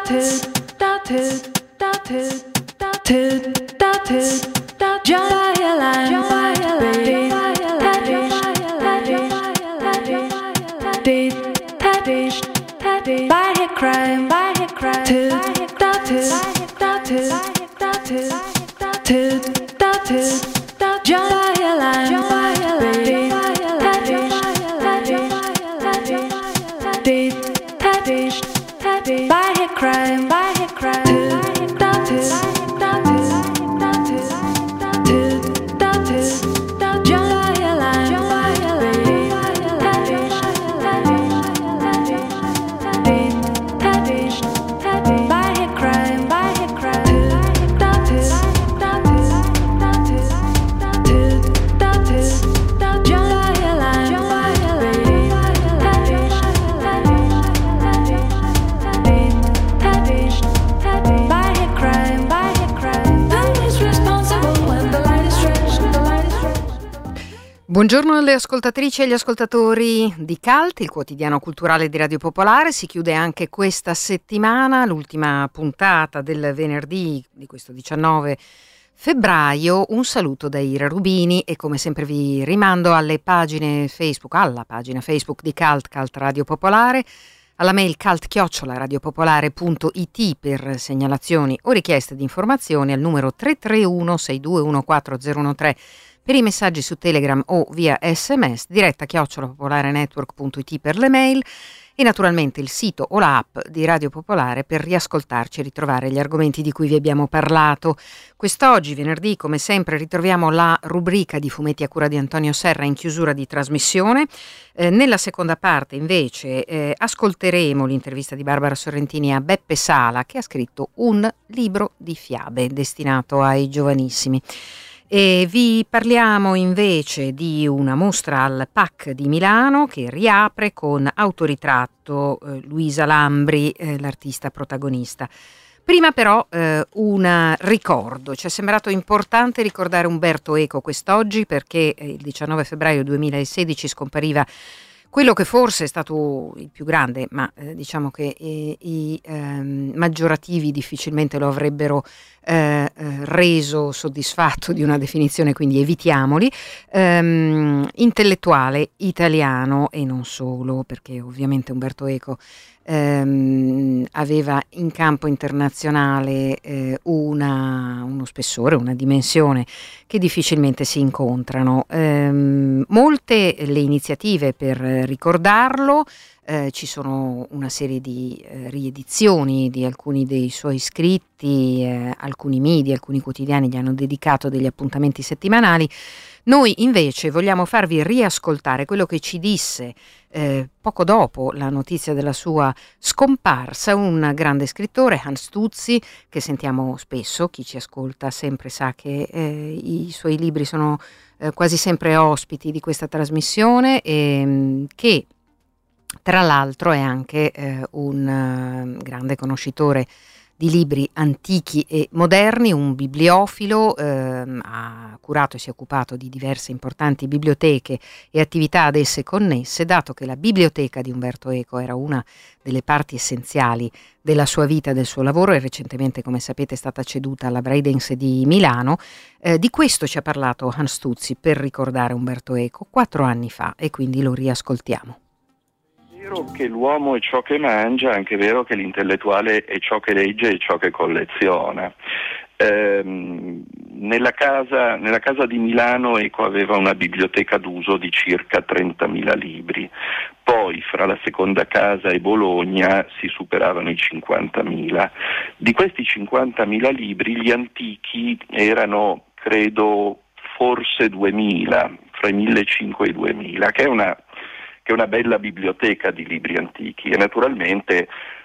Buongiorno alle ascoltatrici e agli ascoltatori di CULT, il quotidiano culturale di Radio Popolare. Si chiude anche questa settimana, l'ultima puntata del venerdì di questo 19 febbraio. Un saluto da Ira Rubini e come sempre vi rimando alle pagine Facebook, alla pagina Facebook di CULT, CULT Radio Popolare, alla mail cult@radiopopolare.it per segnalazioni o richieste di informazioni, al numero 331 6214013 per i messaggi su Telegram o via SMS, diretta @popolarenetwork.it per le mail e naturalmente il sito o l'app di Radio Popolare per riascoltarci e ritrovare gli argomenti di cui vi abbiamo parlato. Quest'oggi, venerdì, come sempre, ritroviamo la rubrica di fumetti a cura di Antonio Serra in chiusura di trasmissione. Nella seconda parte, invece, ascolteremo l'intervista di Barbara Sorrentini a Beppe Sala, che ha scritto un libro di fiabe destinato ai giovanissimi. E vi parliamo invece di una mostra al PAC di Milano che riapre con autoritratto Luisa Lambri, l'artista protagonista. Prima però un ricordo. Ci è sembrato importante ricordare Umberto Eco quest'oggi perché il 19 febbraio 2016 scompariva quello che forse è stato il più grande, ma diciamo che i maggiorativi difficilmente lo avrebbero reso soddisfatto di una definizione, quindi evitiamoli, intellettuale italiano e non solo, perché ovviamente Umberto Eco aveva in campo internazionale uno spessore, una dimensione che difficilmente si incontrano. Molte le iniziative per ricordarlo, ci sono una serie di riedizioni di alcuni dei suoi scritti, alcuni media, alcuni quotidiani gli hanno dedicato degli appuntamenti settimanali. Noi invece vogliamo farvi riascoltare quello che ci disse poco dopo la notizia della sua scomparsa un grande scrittore, Hans Tuzzi, che sentiamo spesso. Chi ci ascolta sempre sa che i suoi libri sono quasi sempre ospiti di questa trasmissione e che tra l'altro è anche un grande conoscitore di libri antichi e moderni, un bibliofilo, ha curato e si è occupato di diverse importanti biblioteche e attività ad esse connesse, dato che la biblioteca di Umberto Eco era una delle parti essenziali della sua vita e del suo lavoro e recentemente, come sapete, è stata ceduta alla Braidense di Milano. Di questo ci ha parlato Hans Tuzzi per ricordare Umberto Eco 4 anni fa e quindi lo riascoltiamo. È vero che l'uomo è ciò che mangia, è anche vero che l'intellettuale è ciò che legge e ciò che colleziona. Nella casa di Milano Eco aveva una biblioteca d'uso di circa 30.000 libri, poi fra la seconda casa e Bologna si superavano i 50.000. Di questi 50.000 libri gli antichi erano, credo, forse 2.000, fra i 1.500 e i 2.000, che è una bella biblioteca di libri antichi e naturalmente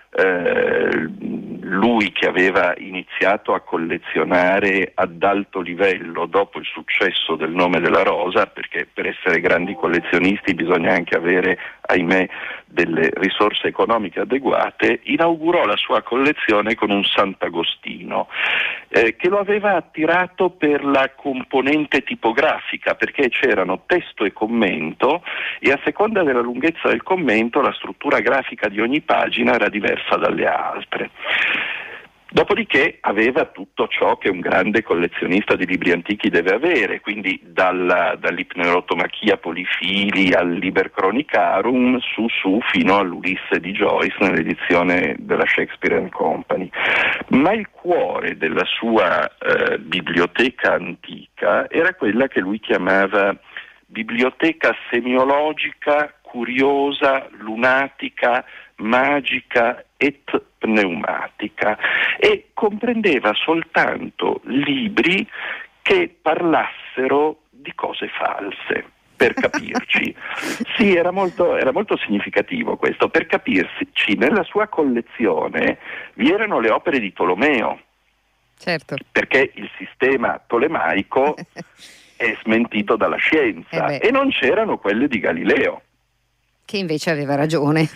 lui che aveva iniziato a collezionare ad alto livello dopo il successo del Nome della Rosa, perché per essere grandi collezionisti bisogna anche avere ahimè, delle risorse economiche adeguate, inaugurò la sua collezione con un Sant'Agostino che lo aveva attirato per la componente tipografica, perché c'erano testo e commento, e a seconda della lunghezza del commento la struttura grafica di ogni pagina era diversa dalle altre. Dopodiché aveva tutto ciò che un grande collezionista di libri antichi deve avere, quindi dall'Ipnerotomachia Polifili al Liber Chronicarum su fino all'Ulisse di Joyce nell'edizione della Shakespeare and Company. Ma il cuore della sua biblioteca antica era quella che lui chiamava biblioteca semiologica, curiosa, lunatica, magica et pneumatica, e comprendeva soltanto libri che parlassero di cose false. Per capirci, sì, era molto significativo questo. Per capirci, nella sua collezione vi erano le opere di Tolomeo, certo, perché il sistema tolemaico è smentito dalla scienza, e non c'erano quelle di Galileo, che invece aveva ragione.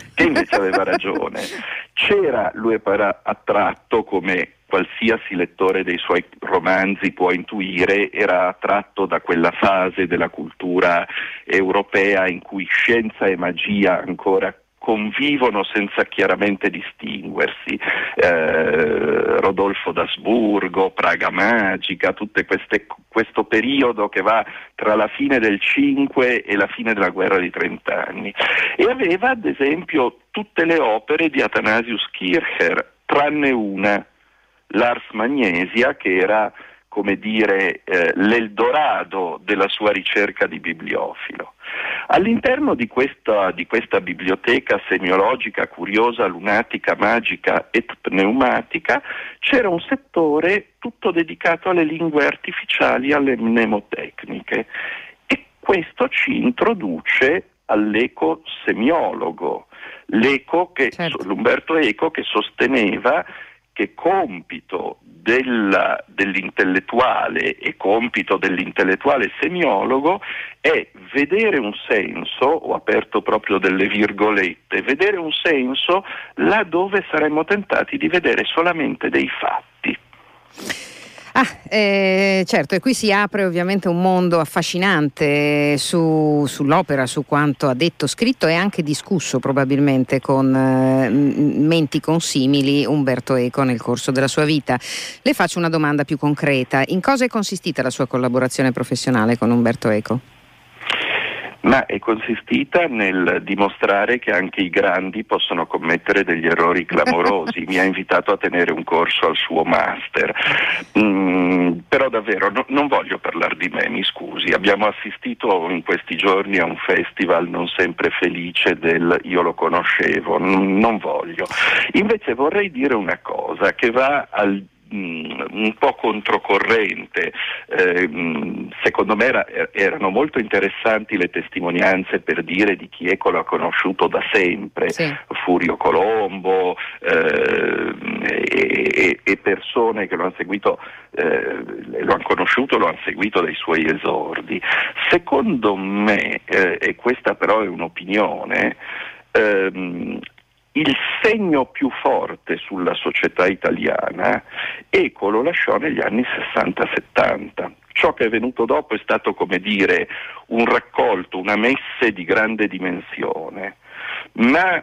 Lui era attratto, come qualsiasi lettore dei suoi romanzi può intuire, era attratto da quella fase della cultura europea in cui scienza e magia ancora convivono senza chiaramente distinguersi. Rodolfo d'Asburgo, Praga Magica, questo periodo che va tra la fine del 5 e la fine della guerra di 30 anni. E aveva ad esempio tutte le opere di Athanasius Kircher, tranne una, l'Ars Magnesia, che era, come dire, l'Eldorado della sua ricerca di bibliofilo. All'interno di questa biblioteca semiologica, curiosa, lunatica, magica et pneumatica c'era un settore tutto dedicato alle lingue artificiali, alle mnemotecniche, e questo ci introduce all'eco semiologo, l'Umberto Eco, che sosteneva che compito dell'intellettuale e compito dell'intellettuale semiologo è vedere un senso, ho aperto proprio delle virgolette, vedere un senso laddove saremmo tentati di vedere solamente dei fatti. Certo, e qui si apre ovviamente un mondo affascinante sull'opera, su quanto ha detto, scritto e anche discusso probabilmente con menti consimili Umberto Eco nel corso della sua vita. Le faccio una domanda più concreta: in cosa è consistita la sua collaborazione professionale con Umberto Eco? Ma è consistita nel dimostrare che anche i grandi possono commettere degli errori clamorosi. Mi ha invitato a tenere un corso al suo master, però davvero non voglio parlare di me, mi scusi. Abbiamo assistito in questi giorni a un festival non sempre felice del io lo conoscevo, non voglio. Invece vorrei dire una cosa che va un po' controcorrente. Secondo me erano molto interessanti le testimonianze per dire di chi Eco l'ha conosciuto da sempre, sì. Furio Colombo e persone che lo hanno seguito, lo hanno conosciuto, lo hanno seguito dai suoi esordi. Secondo me, e questa però è un'opinione, il segno più forte sulla società italiana Eco lo lasciò negli anni 60-70. Ciò che è venuto dopo è stato, come dire, un raccolto, una messe di grande dimensione, ma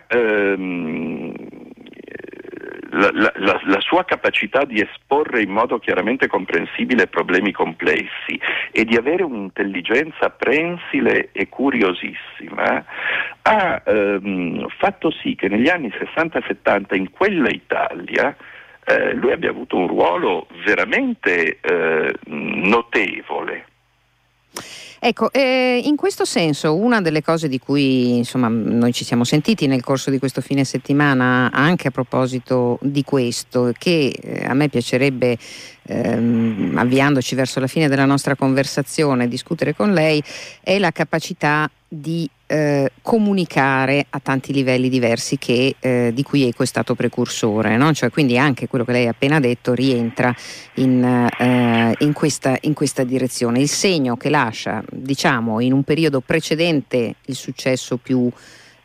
la sua capacità di esporre in modo chiaramente comprensibile problemi complessi e di avere un'intelligenza prensile e curiosissima ha fatto sì che negli anni 60-70 in quella Italia lui abbia avuto un ruolo veramente notevole. Ecco, in questo senso una delle cose di cui insomma noi ci siamo sentiti nel corso di questo fine settimana, anche a proposito di questo, che a me piacerebbe, avviandoci verso la fine della nostra conversazione, discutere con lei, è la capacità di comunicare a tanti livelli diversi di cui Eco è stato precursore, no? Cioè, quindi anche quello che lei ha appena detto rientra in questa direzione. Il segno che lascia, diciamo, in un periodo precedente il successo più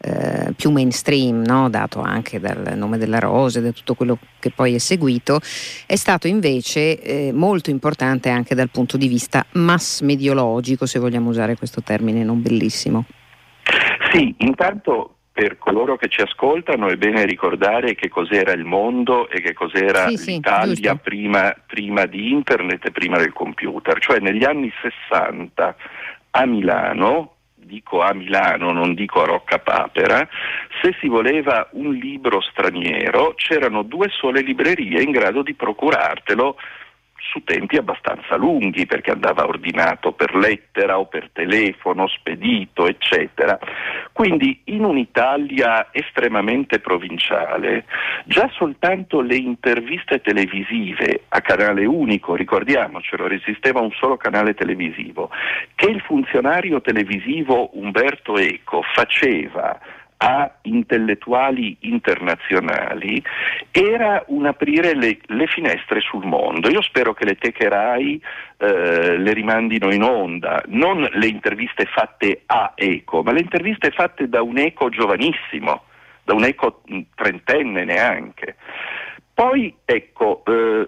più mainstream, no? Dato anche dal Nome della Rosa e da tutto quello che poi è seguito, è stato invece molto importante anche dal punto di vista mass mediologico, se vogliamo usare questo termine non bellissimo. Sì, intanto per coloro che ci ascoltano è bene ricordare che cos'era il mondo e che cos'era l'Italia prima di internet e prima del computer. Cioè negli anni 60 a Milano, dico a Milano, non dico a Roccapapera, se si voleva un libro straniero c'erano 2 sole librerie in grado di procurartelo su tempi abbastanza lunghi, perché andava ordinato per lettera o per telefono, spedito, eccetera. Quindi in un'Italia estremamente provinciale, già soltanto le interviste televisive a canale unico, ricordiamocelo, esisteva un solo canale televisivo, che il funzionario televisivo Umberto Eco faceva a intellettuali internazionali, era un aprire le finestre sul mondo. Io spero che le teche RAI le rimandino in onda, non le interviste fatte a Eco, ma le interviste fatte da un Eco giovanissimo, da un Eco trentenne neanche. Poi ecco,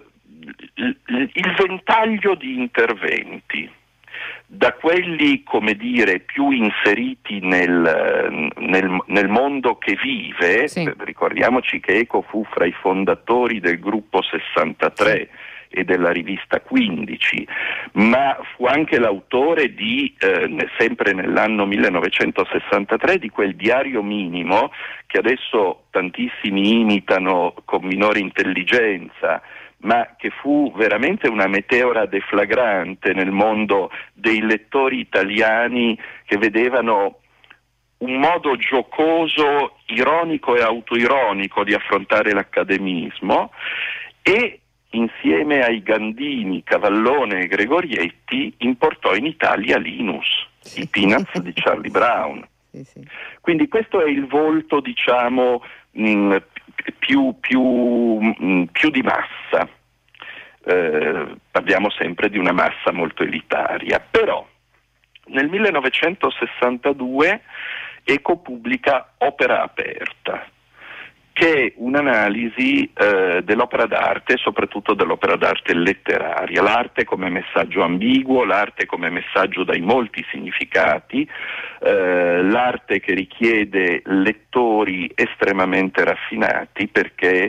il ventaglio di interventi, da quelli, come dire, più inseriti nel mondo che vive, sì. Ricordiamoci che Eco fu fra i fondatori del gruppo 63 e della rivista 15, ma fu anche l'autore di, sempre nell'anno 1963, di quel diario minimo che adesso tantissimi imitano con minore intelligenza, ma che fu veramente una meteora deflagrante nel mondo dei lettori italiani, che vedevano un modo giocoso, ironico e autoironico di affrontare l'accademismo, e insieme ai Gandini, Cavallone e Gregorietti importò in Italia Linus, i Peanuts di Charlie Brown. Sì. Quindi questo è il volto, diciamo, più di massa. Parliamo sempre di una massa molto elitaria. Però nel 1962 Eco pubblica Opera Aperta, che è un'analisi dell'opera d'arte, soprattutto dell'opera d'arte letteraria, l'arte come messaggio ambiguo, l'arte come messaggio dai molti significati, l'arte che richiede lettori estremamente raffinati, perché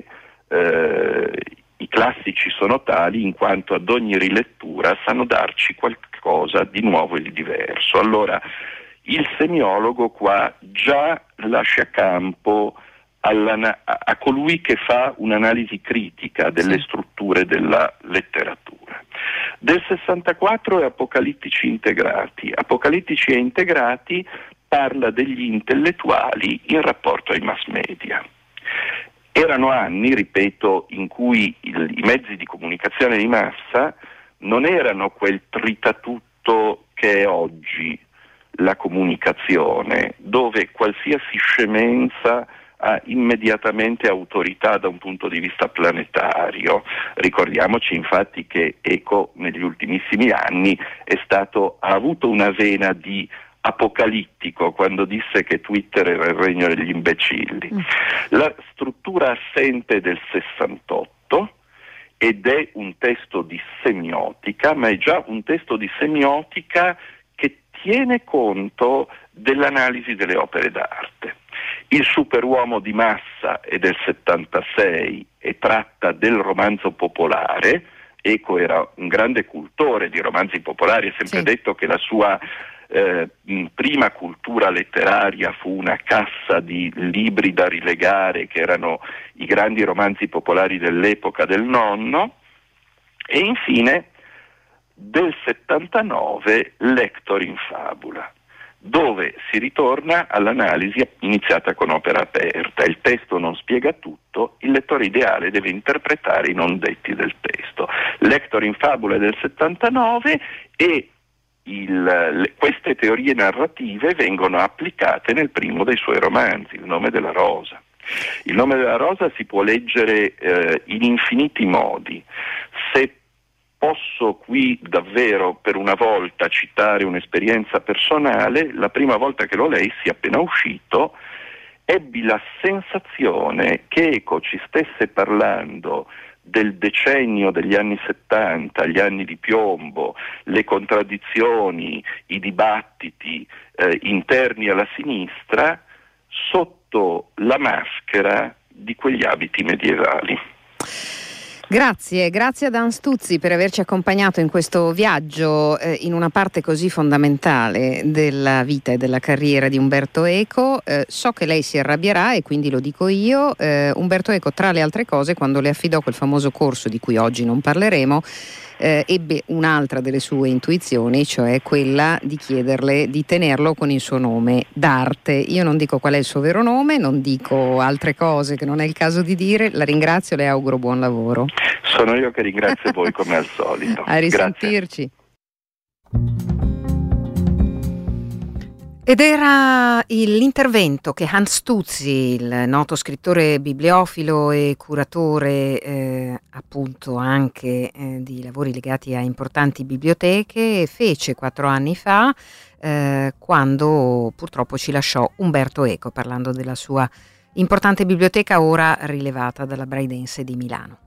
i classici sono tali in quanto ad ogni rilettura sanno darci qualcosa di nuovo e di diverso. Allora il semiologo qua già lascia campo a colui che fa un'analisi critica delle strutture della letteratura. Del 64 è Apocalittici integrati. Apocalittici e integrati parla degli intellettuali in rapporto ai mass media. Erano anni, ripeto, in cui i mezzi di comunicazione di massa non erano quel tritatutto che è oggi la comunicazione, dove qualsiasi scemenza ha immediatamente autorità da un punto di vista planetario. Ricordiamoci infatti che Eco negli ultimissimi anni ha avuto una vena di apocalittico quando disse che Twitter era il regno degli imbecilli. La struttura assente del 68, ed è un testo di semiotica, ma è già un testo di semiotica che tiene conto dell'analisi delle opere d'arte. Il superuomo di massa è del 76 e tratta del romanzo popolare. Eco era un grande cultore di romanzi popolari, ha sempre detto che la sua prima cultura letteraria fu una cassa di libri da rilegare, che erano i grandi romanzi popolari dell'epoca del nonno. E infine del 79 Lector in fabula, dove si ritorna all'analisi iniziata con Opera Aperta. Il testo non spiega tutto, il lettore ideale deve interpretare i non detti del testo. Lector in fabula è del 79 e queste teorie narrative vengono applicate nel primo dei suoi romanzi, Il nome della rosa. Il nome della rosa si può leggere in infiniti modi. Se posso qui davvero per una volta citare un'esperienza personale, la prima volta che lo lessi, appena uscito, ebbi la sensazione che Eco ci stesse parlando del decennio degli anni 70, gli anni di piombo, le contraddizioni, i dibattiti interni alla sinistra, sotto la maschera di quegli abiti medievali. Grazie ad Dan Stuzzi per averci accompagnato in questo viaggio in una parte così fondamentale della vita e della carriera di Umberto Eco. So che lei si arrabbierà e quindi lo dico io. Umberto Eco, tra le altre cose, quando le affidò quel famoso corso di cui oggi non parleremo, ebbe un'altra delle sue intuizioni, cioè quella di chiederle di tenerlo con il suo nome d'arte. Io non dico qual è il suo vero nome, non dico altre cose che non è il caso di dire. La ringrazio, le auguro buon lavoro. Sono io che ringrazio voi come al solito. A risentirci. Grazie. Ed era l'intervento che Hans Stuzzi, il noto scrittore bibliofilo e curatore appunto anche di lavori legati a importanti biblioteche, fece 4 anni fa quando purtroppo ci lasciò Umberto Eco, parlando della sua importante biblioteca ora rilevata dalla Braidense di Milano.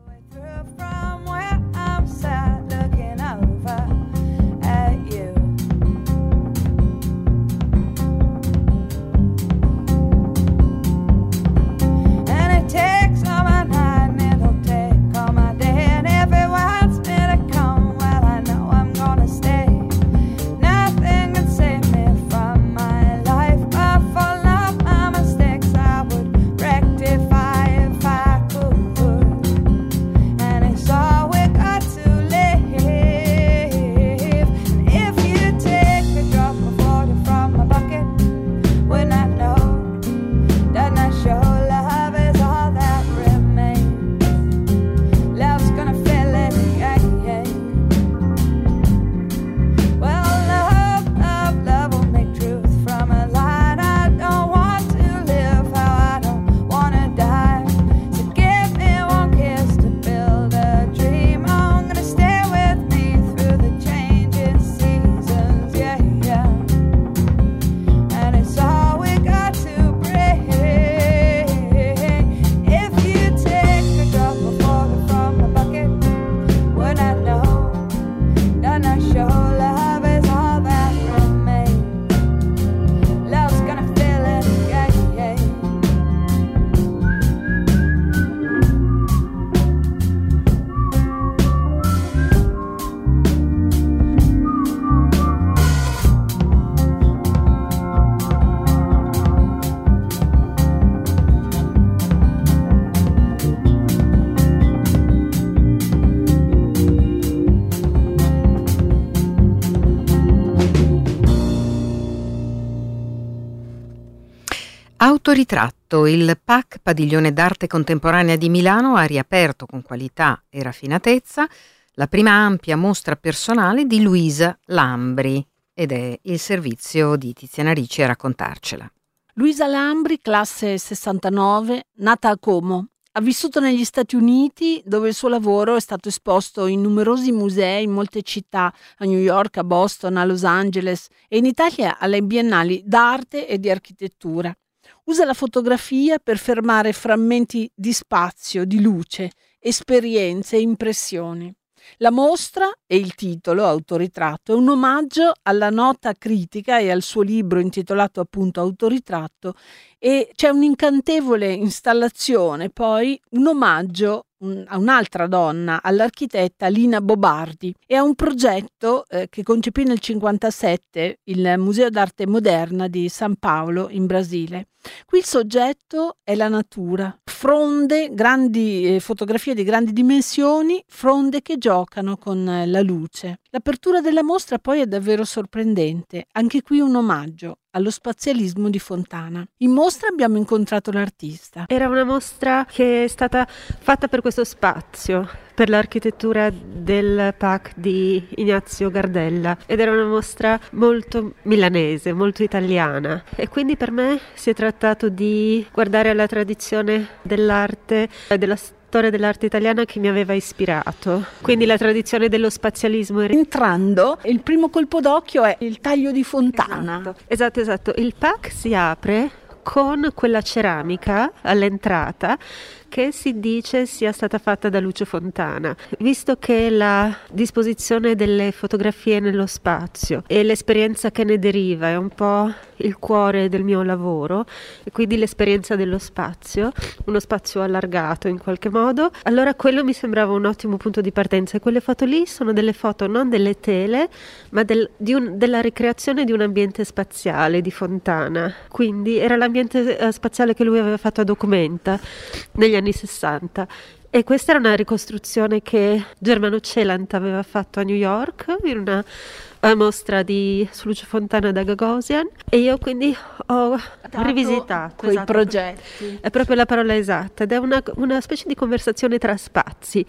Autoritratto, il PAC Padiglione d'Arte Contemporanea di Milano ha riaperto con qualità e raffinatezza la prima ampia mostra personale di Luisa Lambri ed è il servizio di Tiziana Ricci a raccontarcela. Luisa Lambri, classe 69, nata a Como. Ha vissuto negli Stati Uniti, dove il suo lavoro è stato esposto in numerosi musei in molte città, a New York, a Boston, a Los Angeles e in Italia alle biennali d'arte e di architettura. Usa la fotografia per fermare frammenti di spazio, di luce, esperienze e impressioni. La mostra e il titolo, Autoritratto, è un omaggio alla nota critica e al suo libro intitolato appunto Autoritratto, e c'è un'incantevole installazione, poi un omaggio a un'altra donna, all'architetta Lina Bobardi, e a un progetto che concepì nel 1957 il Museo d'Arte Moderna di San Paolo in Brasile. Qui il soggetto è la natura, fronde, grandi fotografie di grandi dimensioni, fronde che giocano con la luce. L'apertura della mostra poi è davvero sorprendente, anche qui un omaggio allo spazialismo di Fontana. In mostra abbiamo incontrato l'artista. Era una mostra che è stata fatta per questo spazio, per l'architettura del PAC di Ignazio Gardella, ed era una mostra molto milanese, molto italiana, e quindi per me si è trattato di guardare alla tradizione dell'arte e della storia dell'arte italiana che mi aveva ispirato, quindi la tradizione dello spazialismo. Entrando, il primo colpo d'occhio è il taglio di Fontana. Esatto. Il PAC si apre con quella ceramica all'entrata che si dice sia stata fatta da Lucio Fontana. Visto che la disposizione delle fotografie nello spazio e l'esperienza che ne deriva è un po' il cuore del mio lavoro, e quindi l'esperienza dello spazio, uno spazio allargato in qualche modo, allora quello mi sembrava un ottimo punto di partenza. E quelle foto lì sono delle foto non delle tele, ma della ricreazione di un ambiente spaziale di Fontana. Quindi era l'ambiente spaziale che lui aveva fatto a Documenta negli anni 60. E questa era una ricostruzione che Germano Celant aveva fatto a New York in una mostra su Lucio Fontana da Gagosian, e io quindi ho rivisitato quei progetti. È proprio la parola esatta, ed è una specie di conversazione tra spazi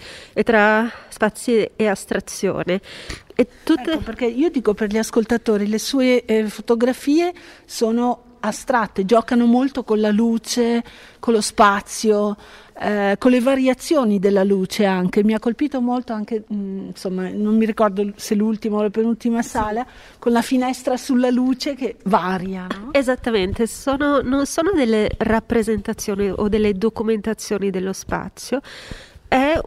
e astrazione. Ecco, perché io dico per gli ascoltatori, le sue fotografie sono astratte, giocano molto con la luce, con lo spazio, con le variazioni della luce anche. Mi ha colpito molto anche, insomma, non mi ricordo se l'ultima o la penultima sala, con la finestra sulla luce che varia, no? Esattamente, non sono delle rappresentazioni o delle documentazioni dello spazio, è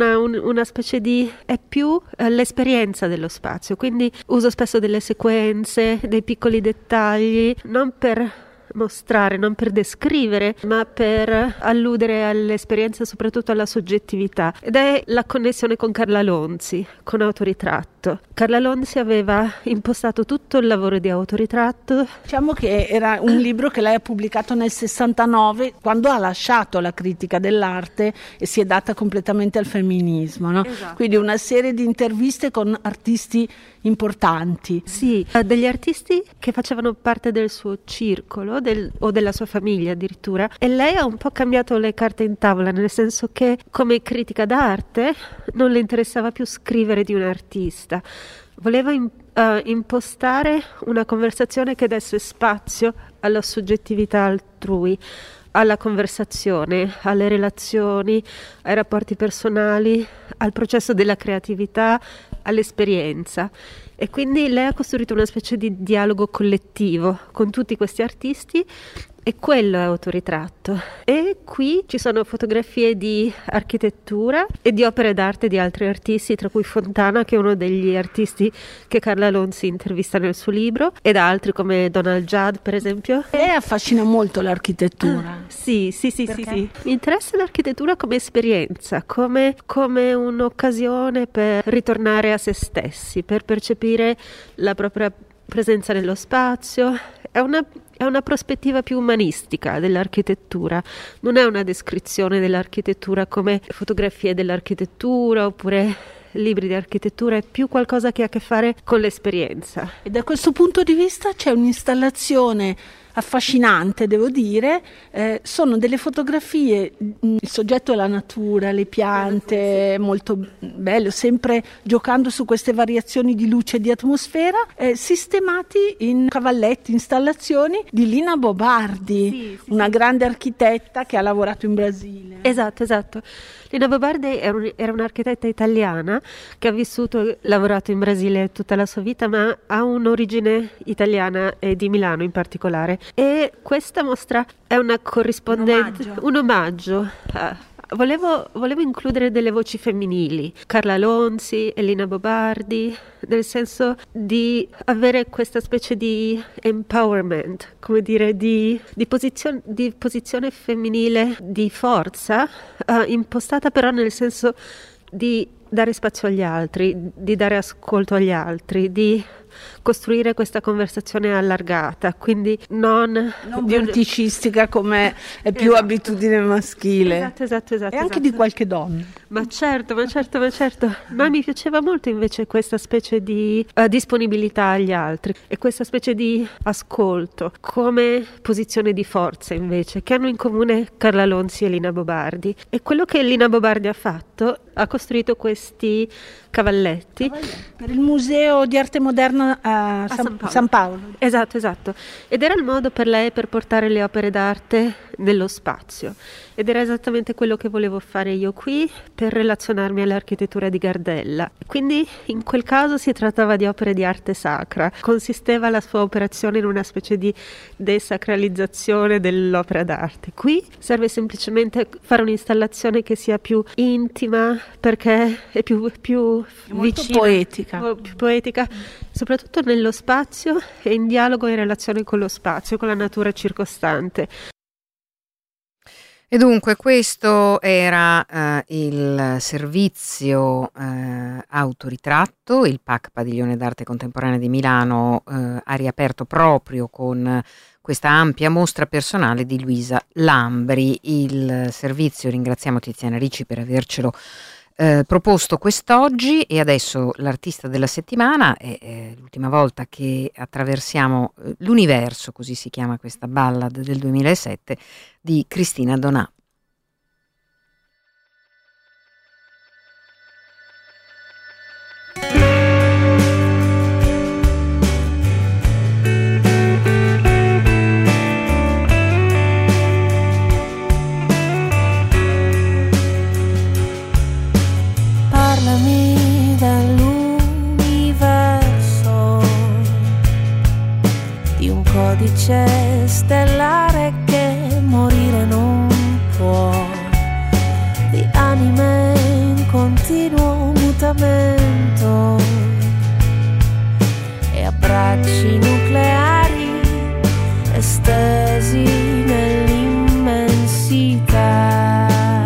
una specie è più l'esperienza dello spazio, quindi uso spesso delle sequenze, dei piccoli dettagli, non per mostrare, non per descrivere, ma per alludere all'esperienza, soprattutto alla soggettività. Ed è la connessione con Carla Lonzi, con Autoritratto. Carla Lonzi aveva impostato tutto il lavoro di Autoritratto. Diciamo che era un libro che lei ha pubblicato nel 69, quando ha lasciato la critica dell'arte e si è data completamente al femminismo, no? Esatto. Quindi una serie di interviste con artisti importanti. Sì, degli artisti che facevano parte del suo circolo o della sua famiglia addirittura, e lei ha un po' cambiato le carte in tavola, nel senso che come critica d'arte non le interessava più scrivere di un artista, voleva impostare una conversazione che desse spazio alla soggettività altrui, alla conversazione, alle relazioni, ai rapporti personali, al processo della creatività, all'esperienza. E quindi lei ha costruito una specie di dialogo collettivo con tutti questi artisti, e quello è Autoritratto. E qui ci sono fotografie di architettura e di opere d'arte di altri artisti, tra cui Fontana, che è uno degli artisti che Carla Lonzi intervista nel suo libro, ed altri come Donald Judd, per esempio. E affascina molto l'architettura. Sì. Mi interessa l'architettura come esperienza, come un'occasione per ritornare a se stessi, per percepire la propria presenza nello spazio. È una prospettiva più umanistica dell'architettura, non è una descrizione dell'architettura come fotografie dell'architettura oppure libri di architettura, è più qualcosa che ha a che fare con l'esperienza. E da questo punto di vista c'è un'installazione affascinante, devo dire. Sono delle fotografie, il soggetto è la natura, le piante, molto bello, sempre giocando su queste variazioni di luce e di atmosfera, sistemati in cavalletti, installazioni di Lina Bobardi, una grande architetta che ha lavorato in Brasile. Esatto. Lina Bobardi era un'architetta italiana che ha vissuto e lavorato in Brasile tutta la sua vita, ma ha un'origine italiana e di Milano in particolare. E questa mostra è una corrispondenza, un omaggio. Volevo includere delle voci femminili, Carla Lonzi, Lina Bobardi, nel senso di avere questa specie di empowerment, come dire, di posizione femminile di forza, impostata però nel senso di dare spazio agli altri, di dare ascolto agli altri, di costruire questa conversazione allargata, quindi non verticistica come è più abitudine maschile. Esatto. E anche di qualche donna. Ma certo. Ma mi piaceva molto invece questa specie di disponibilità agli altri e questa specie di ascolto come posizione di forza invece, che hanno in comune Carla Lonzi e Lina Bobardi. E quello che Lina Bobardi ha fatto, ha costruito questi cavalletti per il Museo di Arte Moderna intorno a San Paolo. Esatto. Ed era il modo per lei per portare le opere d'arte nello spazio. Ed era esattamente quello che volevo fare io qui per relazionarmi all'architettura di Gardella. Quindi in quel caso si trattava di opere di arte sacra. Consisteva la sua operazione in una specie di desacralizzazione dell'opera d'arte. Qui serve semplicemente fare un'installazione che sia più intima, perché è più vicina, più poetica, soprattutto nello spazio e in dialogo e in relazione con lo spazio, con la natura circostante. E dunque questo era il servizio autoritratto, il PAC Padiglione d'Arte Contemporanea di Milano ha riaperto proprio con questa ampia mostra personale di Luisa Lambri. Il servizio, ringraziamo Tiziana Ricci per avercelo proposto quest'oggi, e adesso l'artista della settimana è l'ultima volta che attraversiamo l'universo, così si chiama questa ballad del 2007 di Cristina Donà. Parlami dell'universo, di un codice stellare che morire non può, di anime in continuo mutamento e abbracci nucleari estesi nell'immensità,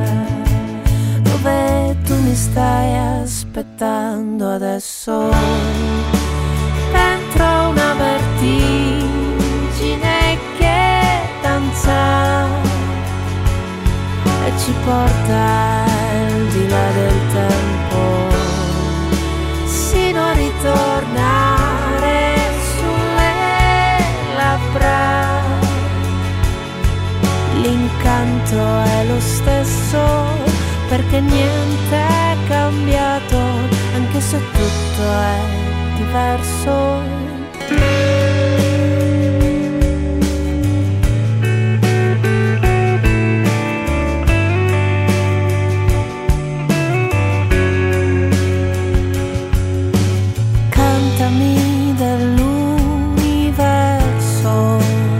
dove tu mi stai aspettando adesso, dentro una vertigine che danza e ci porta al di là del tempo, sino a ritornare sulle labbra. L'incanto è lo stesso, perché niente è cambiato, anche se tutto è diverso. Cantami dell'universo,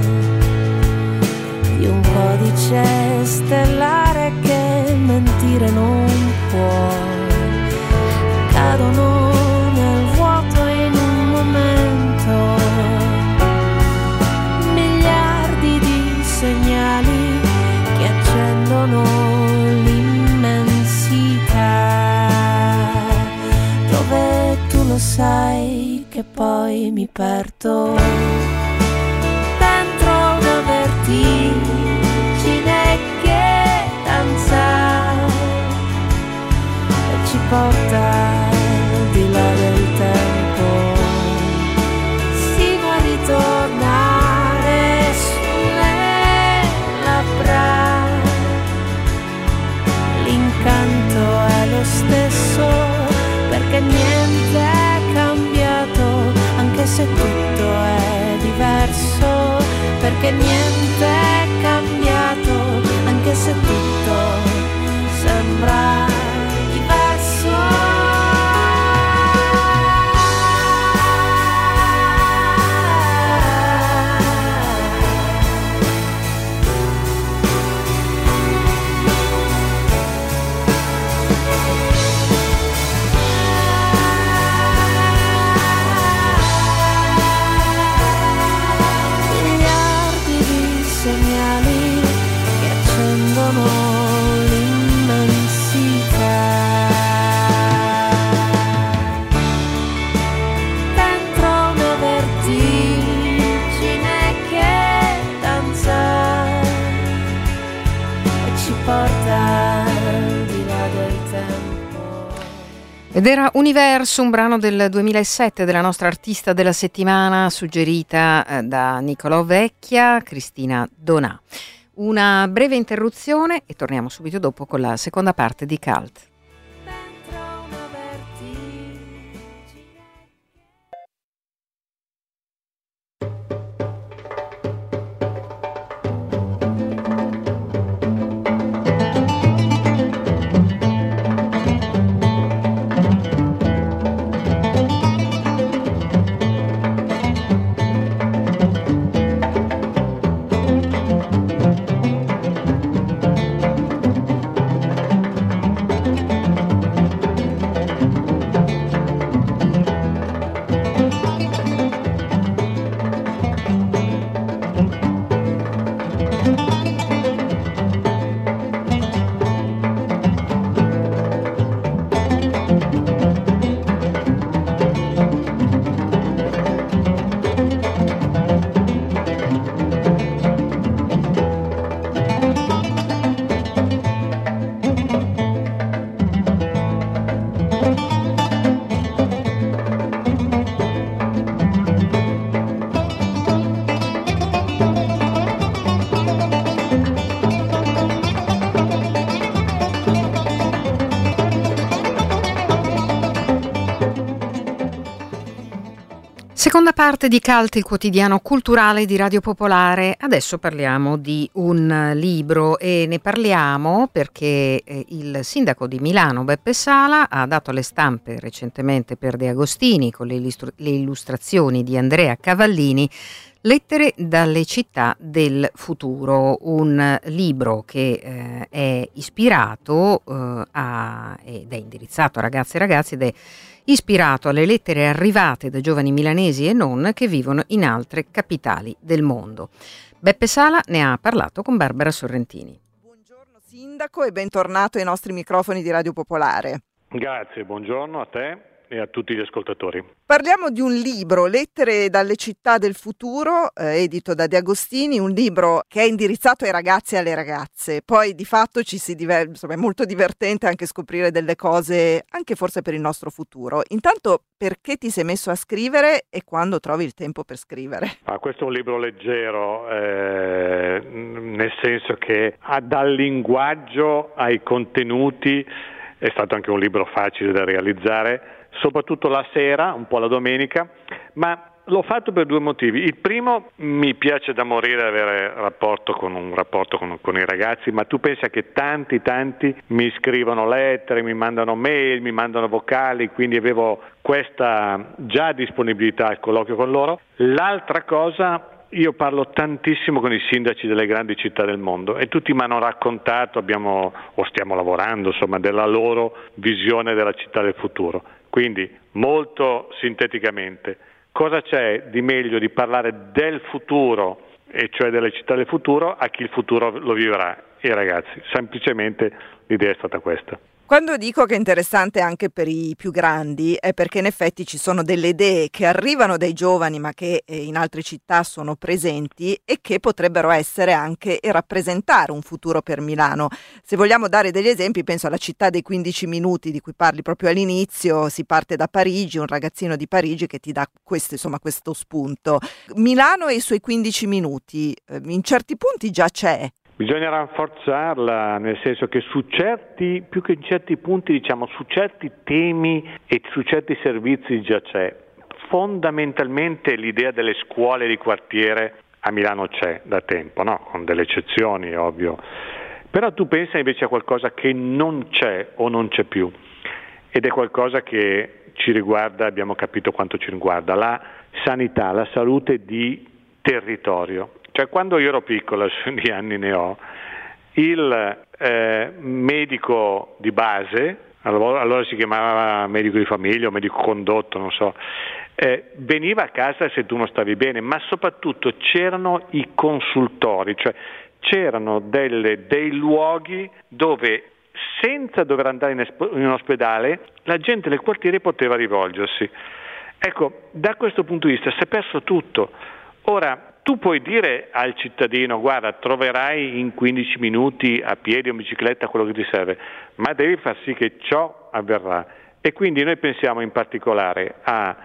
di un codice stellare che mentire non può, cadono nel vuoto in un momento miliardi di segnali che accendono l'immensità, dove tu lo sai che poi mi perdo dentro una vertigine che danza e ci porta al di là del tempo, sino a ritornare sulle labbra. L'incanto è lo stesso, perché niente è cambiato, anche se tutto è diverso, perché niente è cambiato, anche se tutto sembra diverso. Miliardi di segnali che accendono l'immensità, dentro una vertigine che danza e ci porta al di là del tempo. Ed era Universo, un brano del 2007 della nostra artista della settimana, suggerita da Niccolò Vecchia, Cristina Donà. Una breve interruzione e torniamo subito dopo con la seconda parte di Cult. Seconda parte di Cult, il quotidiano culturale di Radio Popolare. Adesso parliamo di un libro e ne parliamo perché il sindaco di Milano, Beppe Sala, ha dato alle stampe recentemente per De Agostini, con le illustrazioni di Andrea Cavallini, Lettere dalle città del futuro, un libro che è ispirato ed è indirizzato a ragazze e ragazzi ed è ispirato alle lettere arrivate da giovani milanesi e non che vivono in altre capitali del mondo. Beppe Sala ne ha parlato con Barbara Sorrentini. Buongiorno sindaco e bentornato ai nostri microfoni di Radio Popolare. Grazie, buongiorno a te e a tutti gli ascoltatori. Parliamo di un libro, Lettere dalle città del futuro, edito da De Agostini, un libro che è indirizzato ai ragazzi e alle ragazze. Poi di fatto insomma, è molto divertente anche scoprire delle cose, anche forse per il nostro futuro. Intanto, perché ti sei messo a scrivere e quando trovi il tempo per scrivere? Questo è un libro leggero, nel senso che dal linguaggio ai contenuti è stato anche un libro facile da realizzare, soprattutto la sera, un po' la domenica, ma l'ho fatto per due motivi. Il primo, mi piace da morire avere un rapporto con i ragazzi, ma tu pensa che tanti mi scrivono lettere, mi mandano mail, mi mandano vocali, quindi avevo questa già disponibilità al colloquio con loro. L'altra cosa, io parlo tantissimo con i sindaci delle grandi città del mondo e tutti mi hanno raccontato, stiamo lavorando, insomma, della loro visione della città del futuro. Quindi, molto sinteticamente, cosa c'è di meglio di parlare del futuro, e cioè delle città del futuro, a chi il futuro lo vivrà, i ragazzi. Semplicemente l'idea è stata questa. Quando dico che è interessante anche per i più grandi è perché in effetti ci sono delle idee che arrivano dai giovani ma che in altre città sono presenti e che potrebbero essere anche e rappresentare un futuro per Milano. Se vogliamo dare degli esempi, penso alla città dei 15 minuti di cui parli proprio all'inizio. Si parte da Parigi, un ragazzino di Parigi che ti dà questo spunto. Milano e i suoi 15 minuti, in certi punti già c'è. Bisogna rafforzarla, nel senso che più che in certi punti, diciamo, su certi temi e su certi servizi già c'è. Fondamentalmente l'idea delle scuole di quartiere a Milano c'è da tempo, no? Con delle eccezioni, ovvio. Però tu pensa invece a qualcosa che non c'è o non c'è più, ed è qualcosa che ci riguarda, abbiamo capito quanto ci riguarda, la sanità, la salute di territorio. Cioè, quando io ero piccolo, di anni ne ho, il medico di base, allora si chiamava medico di famiglia o medico condotto, non so, veniva a casa se tu non stavi bene, ma soprattutto c'erano i consultori, cioè c'erano dei luoghi dove senza dover andare in ospedale la gente del quartiere poteva rivolgersi. Ecco, da questo punto di vista si è perso tutto. Ora, tu puoi dire al cittadino: guarda, troverai in 15 minuti a piedi o in bicicletta quello che ti serve, ma devi far sì che ciò avverrà. E quindi noi pensiamo in particolare a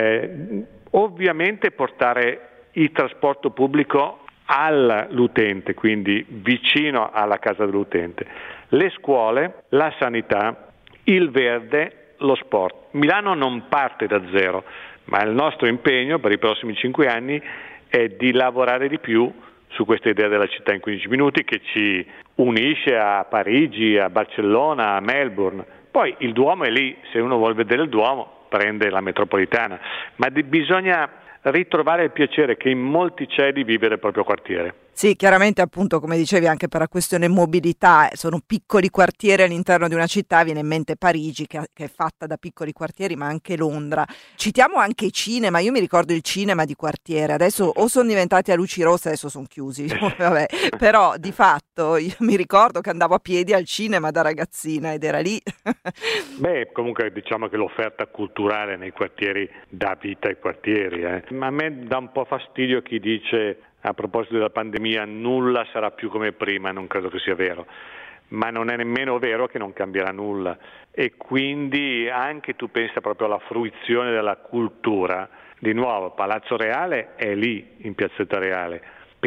ovviamente portare il trasporto pubblico all'utente, quindi vicino alla casa dell'utente, le scuole, la sanità, il verde, lo sport. Milano non parte da zero, ma il nostro impegno per i prossimi 5 anni è di lavorare di più su questa idea della città in 15 minuti che ci unisce a Parigi, a Barcellona, a Melbourne. Poi il Duomo è lì, se uno vuole vedere il Duomo prende la metropolitana, ma bisogna ritrovare il piacere che in molti c'è di vivere il proprio quartiere. Sì, chiaramente appunto come dicevi anche per la questione mobilità, sono piccoli quartieri all'interno di una città, viene in mente Parigi che è fatta da piccoli quartieri, ma anche Londra. Citiamo anche i cinema, io mi ricordo il cinema di quartiere, adesso o sono diventati a luci rosse, adesso sono chiusi, vabbè. Però di fatto io mi ricordo che andavo a piedi al cinema da ragazzina ed era lì. Beh, comunque diciamo che l'offerta culturale nei quartieri dà vita ai quartieri. Ma a me dà un po' fastidio chi dice a proposito della pandemia nulla sarà più come prima, non credo che sia vero, ma non è nemmeno vero che non cambierà nulla, e quindi anche tu pensa proprio alla fruizione della cultura. Di nuovo, Palazzo Reale è lì in Piazzetta Reale,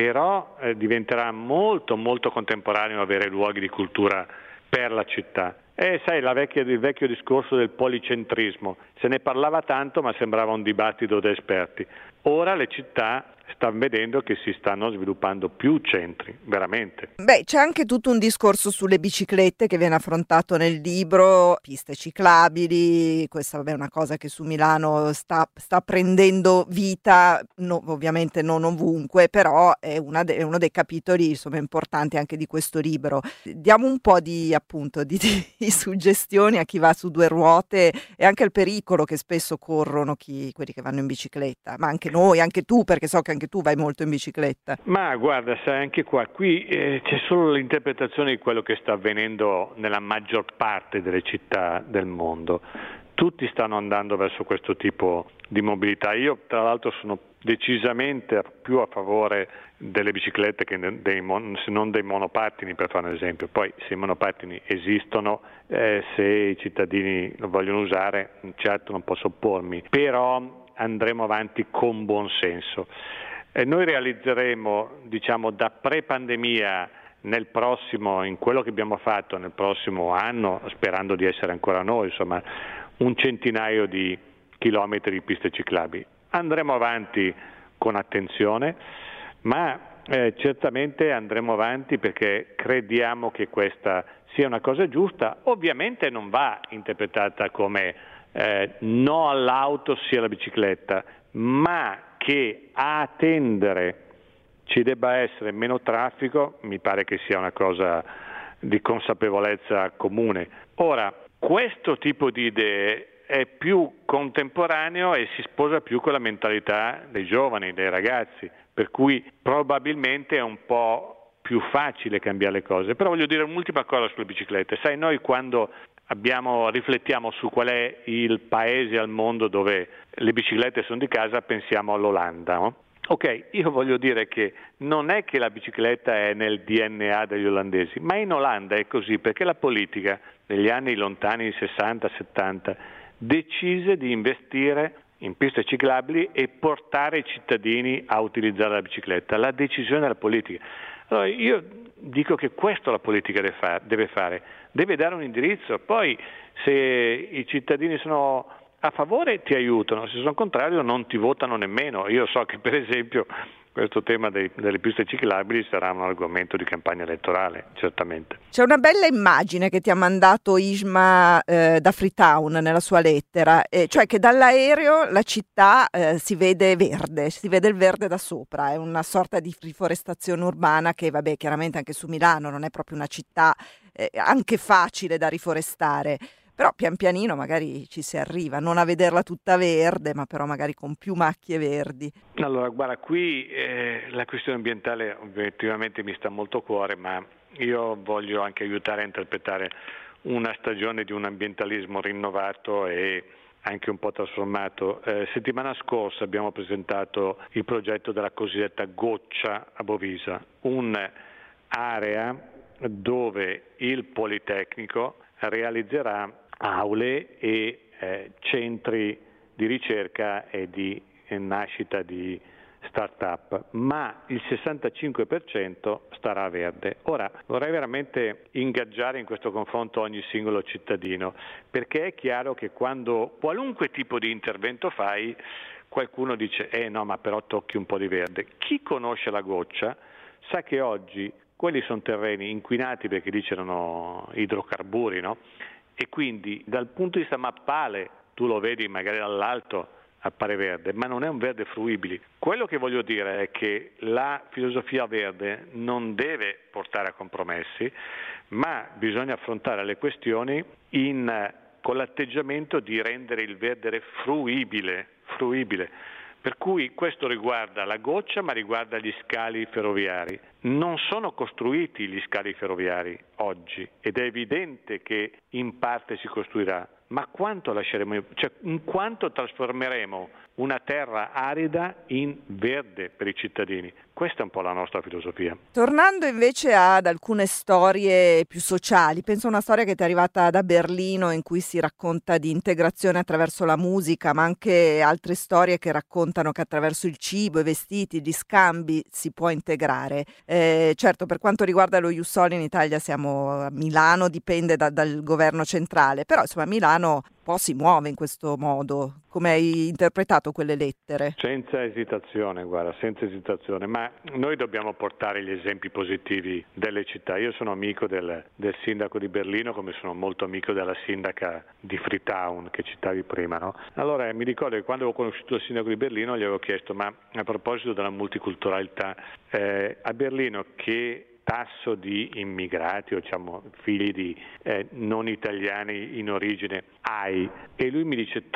però diventerà molto molto contemporaneo avere luoghi di cultura per la città, Sai, il vecchio discorso del policentrismo. Se ne parlava tanto, ma sembrava un dibattito da esperti. Ora le città stanno vedendo che si stanno sviluppando più centri, veramente. Beh, c'è anche tutto un discorso sulle biciclette che viene affrontato nel libro, piste ciclabili, questa è una cosa che su Milano sta prendendo vita, ovviamente non ovunque, però è uno dei capitoli insomma importanti anche di questo libro. Diamo un po' di suggestioni a chi va su due ruote e anche il pericolo che spesso corrono quelli che vanno in bicicletta, ma anche noi, anche tu, perché so che anche tu vai molto in bicicletta. Ma guarda, sai, anche qui c'è solo l'interpretazione di quello che sta avvenendo nella maggior parte delle città del mondo. Tutti stanno andando verso questo tipo di mobilità. Io tra l'altro sono decisamente più a favore delle biciclette che se non dei monopattini, per fare un esempio. Poi se i monopattini esistono, se i cittadini lo vogliono usare, certo non posso oppormi, però andremo avanti con buon senso. Noi realizzeremo, da pre-pandemia in quello che abbiamo fatto nel prossimo anno, sperando di essere ancora noi, insomma, 100 di chilometri di piste ciclabili. Andremo avanti con attenzione, ma certamente andremo avanti perché crediamo che questa sia una cosa giusta. Ovviamente non va interpretata come no all'auto sia alla bicicletta, ma che a tendere ci debba essere meno traffico, mi pare che sia una cosa di consapevolezza comune. Ora, questo tipo di idee è più contemporaneo e si sposa più con la mentalità dei giovani, dei ragazzi, per cui probabilmente è un po' più facile cambiare le cose. Però voglio dire un'ultima cosa sulle biciclette. Sai, noi quando riflettiamo su qual è il paese al mondo dove le biciclette sono di casa, pensiamo all'Olanda, no? Ok, io voglio dire che non è che la bicicletta è nel DNA degli olandesi, ma in Olanda è così perché la politica negli anni lontani 60-70 decise di investire in piste ciclabili e portare i cittadini a utilizzare la bicicletta. La decisione della politica. Allora io dico che questo la politica deve fare, deve dare un indirizzo, poi se i cittadini sono a favore ti aiutano, se sono contrario non ti votano nemmeno. Io so che per esempio questo tema delle piste ciclabili sarà un argomento di campagna elettorale, certamente. C'è una bella immagine che ti ha mandato Isma da Freetown nella sua lettera, cioè che dall'aereo la città si vede verde, si vede il verde da sopra, è una sorta di riforestazione urbana che vabbè chiaramente anche su Milano non è proprio una città anche facile da riforestare. Però pian pianino magari ci si arriva, non a vederla tutta verde, ma però magari con più macchie verdi. Allora, guarda, qui la questione ambientale obiettivamente mi sta molto a cuore, ma io voglio anche aiutare a interpretare una stagione di un ambientalismo rinnovato e anche un po' trasformato. Settimana scorsa abbiamo presentato il progetto della cosiddetta Goccia a Bovisa, un'area dove il Politecnico realizzerà aule e centri di ricerca e di nascita di start-up, ma il 65% starà verde. Ora, vorrei veramente ingaggiare in questo confronto ogni singolo cittadino, perché è chiaro che quando qualunque tipo di intervento fai, qualcuno dice no, ma però tocchi un po' di verde. Chi conosce la Goccia sa che oggi quelli sono terreni inquinati perché lì c'erano idrocarburi, no? E quindi dal punto di vista mappale tu lo vedi magari dall'alto appare verde, ma non è un verde fruibile. Quello che voglio dire è che la filosofia verde non deve portare a compromessi, ma bisogna affrontare le questioni con l'atteggiamento di rendere il verde fruibile. Per cui questo riguarda la Goccia, ma riguarda gli scali ferroviari. Non sono costruiti gli scali ferroviari oggi ed è evidente che in parte si costruirà. ma quanto lasceremo, cioè in quanto trasformeremo una terra arida in verde per i cittadini? Questa è un po' la nostra filosofia. Tornando invece ad alcune storie più sociali, penso a una storia che ti è arrivata da Berlino in cui si racconta di integrazione attraverso la musica, ma anche altre storie che raccontano che attraverso il cibo, i vestiti, gli scambi si può integrare. Certo, per quanto riguarda lo Ius Soli in Italia siamo a Milano, dipende dal governo centrale, però insomma Milano un po' si muove in questo modo. Come hai interpretato quelle lettere? Senza esitazione, guarda, senza esitazione, ma noi dobbiamo portare gli esempi positivi delle città. Io sono amico del sindaco di Berlino, come sono molto amico della sindaca di Freetown che citavi prima, no? Allora mi ricordo che quando avevo conosciuto il sindaco di Berlino gli avevo chiesto, ma a proposito della multiculturalità, a Berlino che tasso di immigrati o diciamo figli di non italiani in origine hai? E lui mi dice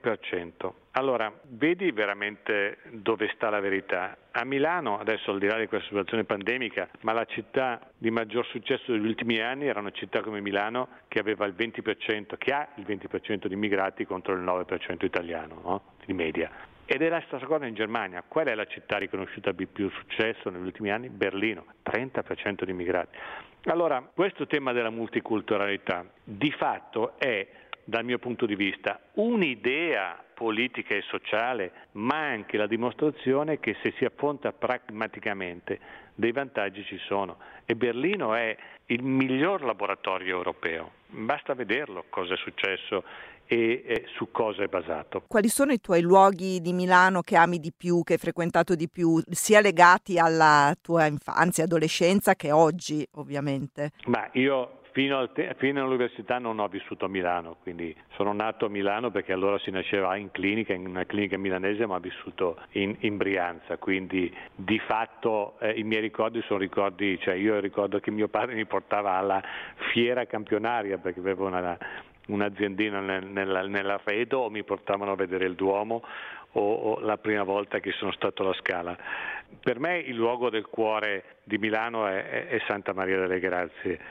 30%. Allora, vedi veramente dove sta la verità. A Milano, adesso al di là di questa situazione pandemica, ma la città di maggior successo degli ultimi anni era una città come Milano che aveva il 20%, che ha il 20% di immigrati contro il 9% italiano, no? Di media. Ed è la stessa cosa in Germania. Qual è la città riconosciuta di più successo negli ultimi anni? Berlino, 30% di immigrati. Allora, questo tema della multiculturalità di fatto è, dal mio punto di vista, un'idea politica e sociale, ma anche la dimostrazione che se si affronta pragmaticamente dei vantaggi ci sono. E Berlino è il miglior laboratorio europeo. Basta vederlo cosa è successo e su cosa è basato. Quali sono i tuoi luoghi di Milano che ami di più, che hai frequentato di più, sia legati alla tua infanzia, adolescenza che oggi ovviamente? Ma io fino all'università non ho vissuto a Milano, quindi sono nato a Milano perché allora si nasceva in una clinica milanese, ma ho vissuto in Brianza, quindi di fatto i miei ricordi sono ricordi, cioè io ricordo che mio padre mi portava alla fiera campionaria perché avevo un'aziendina nell'Arredo, o mi portavano a vedere il Duomo o la prima volta che sono stato alla Scala. Per me il luogo del cuore di Milano è Santa Maria delle Grazie,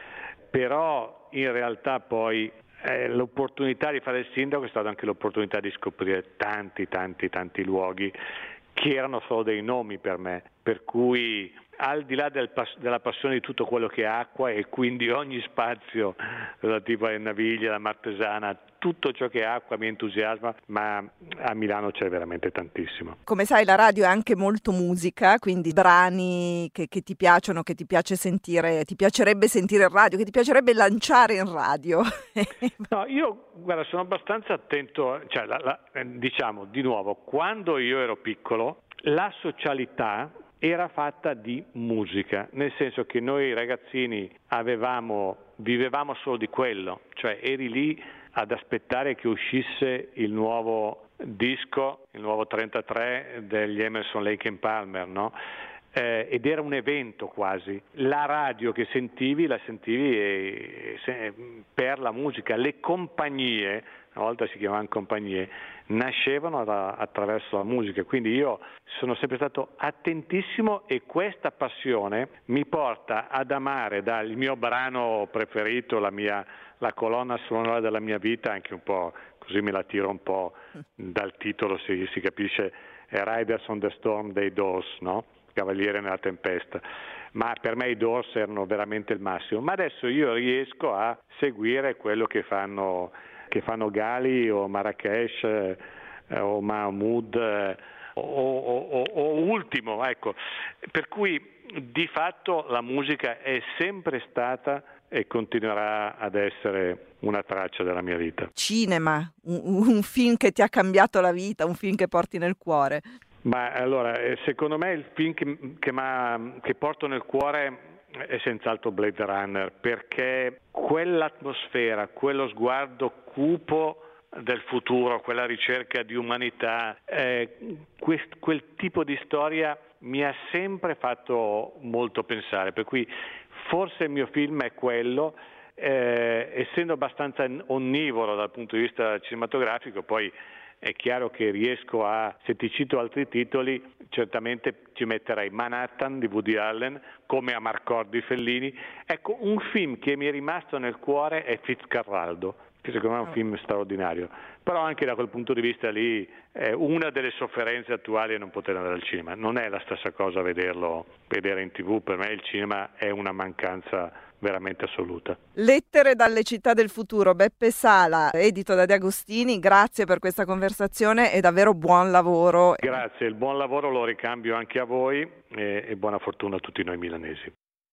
però in realtà poi l'opportunità di fare il sindaco è stata anche l'opportunità di scoprire tanti luoghi che erano solo dei nomi per me, per cui al di là della passione di tutto quello che è acqua e quindi ogni spazio relativo alle naviglie, alla Martesana, tutto ciò che è acqua mi entusiasma, ma a Milano c'è veramente tantissimo. Come sai, la radio è anche molto musica, quindi brani che ti piacciono, che ti piace sentire, ti piacerebbe sentire in radio, che ti piacerebbe lanciare in radio. No, io guarda, sono abbastanza attento, cioè diciamo di nuovo, quando io ero piccolo la socialità era fatta di musica, nel senso che noi ragazzini vivevamo solo di quello, cioè eri lì ad aspettare che uscisse il nuovo disco, il nuovo 33 degli Emerson, Lake and Palmer, no? Ed era un evento quasi. La radio che la sentivi per la musica. Le compagnie, una volta si chiamavano compagnie, nascevano attraverso la musica, quindi io sono sempre stato attentissimo e questa passione mi porta ad amare dal mio brano preferito, la colonna sonora della mia vita, anche un po', così me la tiro un po' dal titolo, si capisce, è Riders on the Storm dei Doors, no? Cavaliere nella tempesta, ma per me i Doors erano veramente il massimo, ma adesso io riesco a seguire quello che fanno Gali o Marrakesh o Mahmood o Ultimo, ecco, per cui di fatto la musica è sempre stata e continuerà ad essere una traccia della mia vita. Cinema, un film che ti ha cambiato la vita, un film che porti nel cuore. Ma allora, secondo me il film che porto nel cuore è senz'altro Blade Runner, perché quell'atmosfera, quello sguardo cupo del futuro, quella ricerca di umanità, quel tipo di storia mi ha sempre fatto molto pensare, per cui forse il mio film è quello, essendo abbastanza onnivoro dal punto di vista cinematografico, poi è chiaro che riesco se ti cito altri titoli, certamente ci metterei Manhattan di Woody Allen, come Amarcord di Fellini. Ecco, un film che mi è rimasto nel cuore è Fitzcarraldo che secondo me è un film straordinario, però anche da quel punto di vista lì è una delle sofferenze attuali è non poter andare al cinema. Non è la stessa cosa vedere in TV, per me il cinema è una mancanza veramente assoluta. Lettere dalle città del futuro, Beppe Sala, edito da De Agostini, grazie per questa conversazione e davvero buon lavoro. Grazie, il buon lavoro lo ricambio anche a voi e buona fortuna a tutti noi milanesi.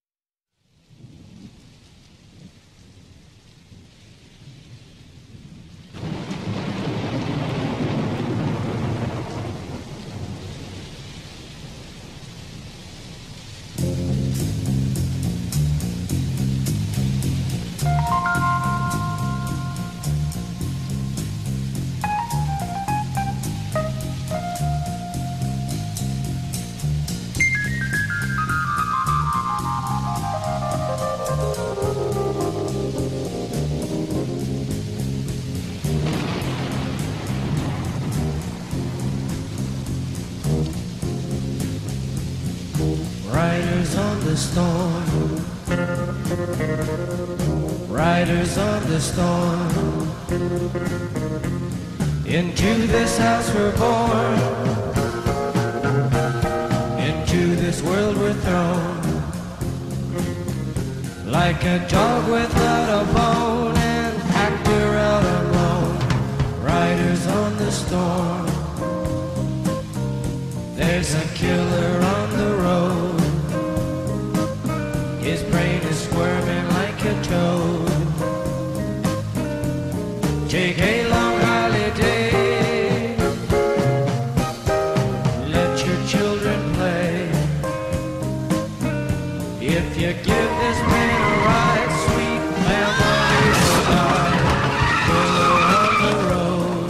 Riders on the storm, riders on the storm. Into this house we're born, into this world we're thrown. Like a dog without a bone, an actor out alone. Riders on the storm. There's a killer on the road. His brain is squirming like a toad. Take a long holiday. Let your children play. If you give this man a ride, sweet memories will die. Killer on the road.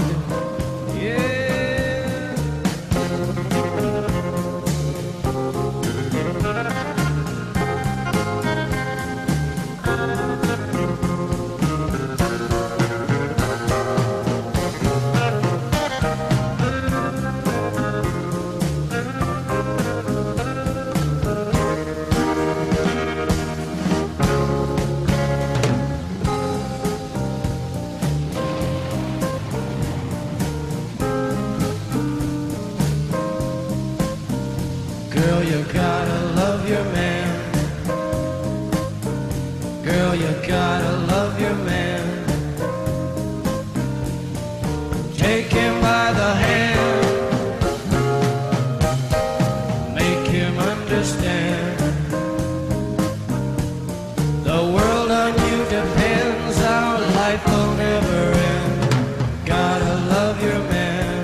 Yeah. Girl, you gotta love your man. Girl, you gotta love your man. Take him by the hand. Make him understand. The world on you depends. Our life will never end. Gotta love your man.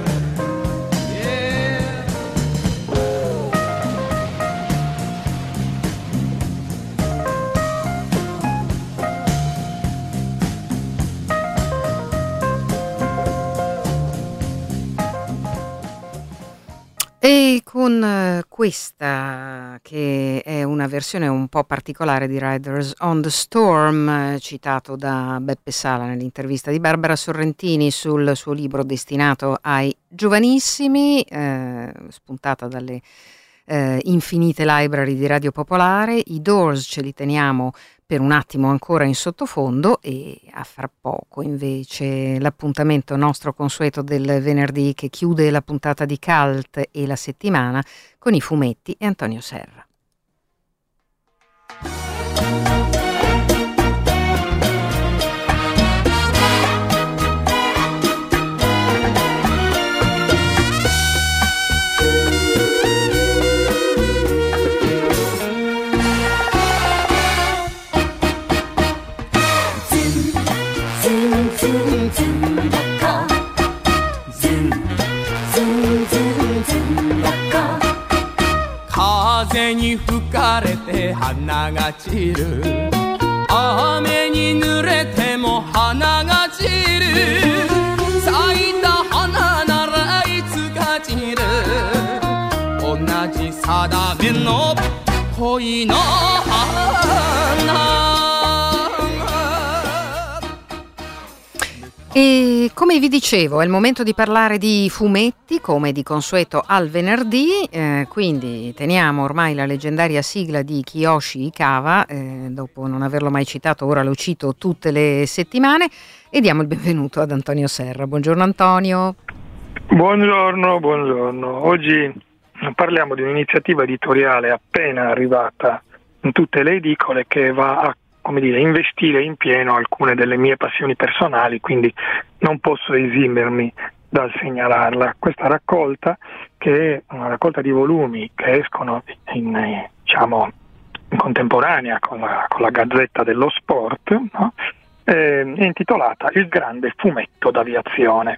E con questa, che è una versione un po' particolare di Riders on the Storm, citato da Beppe Sala nell'intervista di Barbara Sorrentini sul suo libro destinato ai giovanissimi, spuntata dalle infinite library di Radio Popolare. I Doors ce li teniamo per un attimo ancora in sottofondo e a fra poco invece l'appuntamento nostro consueto del venerdì che chiude la puntata di Cult e la settimana con i fumetti e Antonio Serra. 風に吹かれて花が散る雨に濡れても花が散る咲いた花ならいつか散る同じ定めの恋の花 E come vi dicevo, è il momento di parlare di fumetti, come di consueto al venerdì, quindi teniamo ormai la leggendaria sigla di Kiyoshi Ikawa, dopo non averlo mai citato ora lo cito tutte le settimane, e diamo il benvenuto ad Antonio Serra. Buongiorno Antonio. Buongiorno. Oggi parliamo di un'iniziativa editoriale appena arrivata in tutte le edicole che va a investire in pieno alcune delle mie passioni personali, quindi non posso esimermi dal segnalarla. Questa raccolta, che è una raccolta di volumi che escono in contemporanea con la Gazzetta dello Sport, no? È intitolata Il grande fumetto d'aviazione.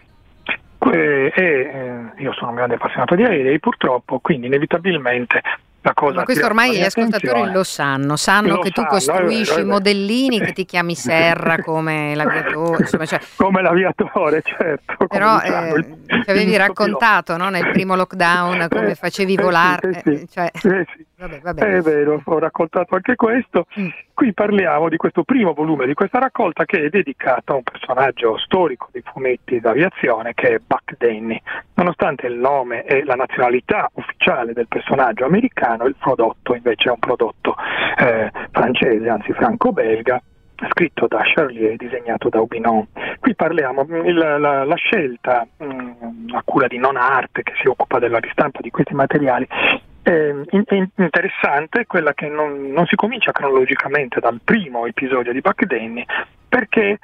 Io sono un grande appassionato di aerei, purtroppo, quindi inevitabilmente la cosa. Ma questo ormai gli ascoltatori lo sanno che tu costruisci i modellini, che ti chiami Serra come l'aviatore, insomma, come l'aviatore, certo. Però ci avevi raccontato, no, nel primo lockdown come facevi volare. Vabbè. È vero, ho raccontato anche questo. Qui parliamo di questo primo volume di questa raccolta, che è dedicato a un personaggio storico dei fumetti d'aviazione, che è Buck Denny. Nonostante il nome e la nazionalità ufficiale del personaggio americano, il prodotto invece è un prodotto francese, anzi franco-belga, scritto da Charlier e disegnato da Aubinon. Qui parliamo la scelta a cura di Nona Arte, che si occupa della ristampa di questi materiali. È interessante quella che non si comincia cronologicamente dal primo episodio di Buck Denny, perché,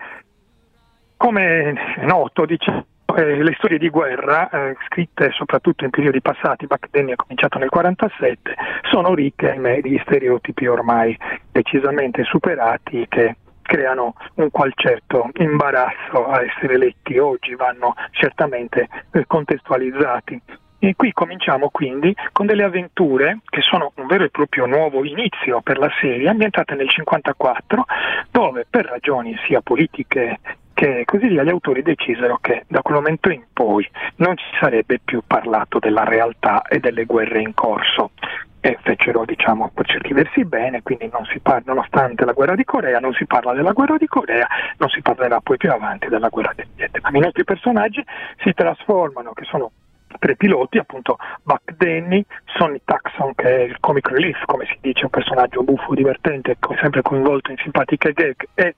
come è noto, le storie di guerra, scritte soprattutto in periodi passati, Buck Denny è cominciato nel 1947, sono ricche, ahimè, di stereotipi ormai decisamente superati, che creano un qual certo imbarazzo a essere letti oggi, vanno certamente contestualizzati. E qui cominciamo quindi con delle avventure che sono un vero e proprio nuovo inizio per la serie, ambientate nel 1954, dove per ragioni sia politiche che così via gli autori decisero che da quel momento in poi non si sarebbe più parlato della realtà e delle guerre in corso. E fecero, per certi versi bene, quindi non si parla, nonostante la guerra di Corea, non si parla della guerra di Corea, non si parlerà poi più avanti della guerra del Vietnam. I nostri personaggi si trasformano, che sono 3 piloti, appunto Buck Denny, Sonny Tucson, che è il comic relief, come si dice, un personaggio buffo, divertente, sempre coinvolto in simpatiche gag, e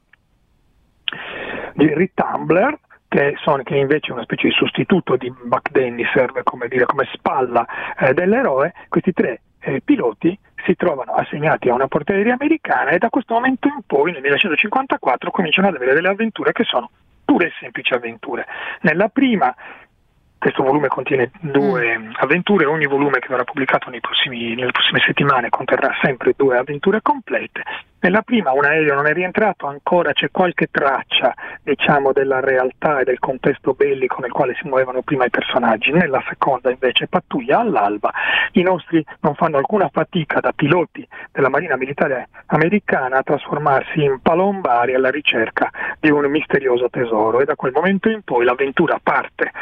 Jerry Tumbler, che invece è una specie di sostituto di Buck Denny, serve come spalla dell'eroe. Questi 3 piloti si trovano assegnati a una portaerei americana e da questo momento in poi, nel 1954, cominciano ad avere delle avventure che sono pure e semplici avventure. Nella prima, questo volume contiene 2 avventure, ogni volume che verrà pubblicato nelle prossime settimane conterrà sempre 2 avventure complete. Nella prima un aereo non è rientrato, ancora c'è qualche traccia, della realtà e del contesto bellico nel quale si muovevano prima i personaggi. Nella seconda invece pattuglia all'alba, i nostri non fanno alcuna fatica da piloti della Marina Militare Americana a trasformarsi in palombari alla ricerca di un misterioso tesoro, e da quel momento in poi l'avventura parte,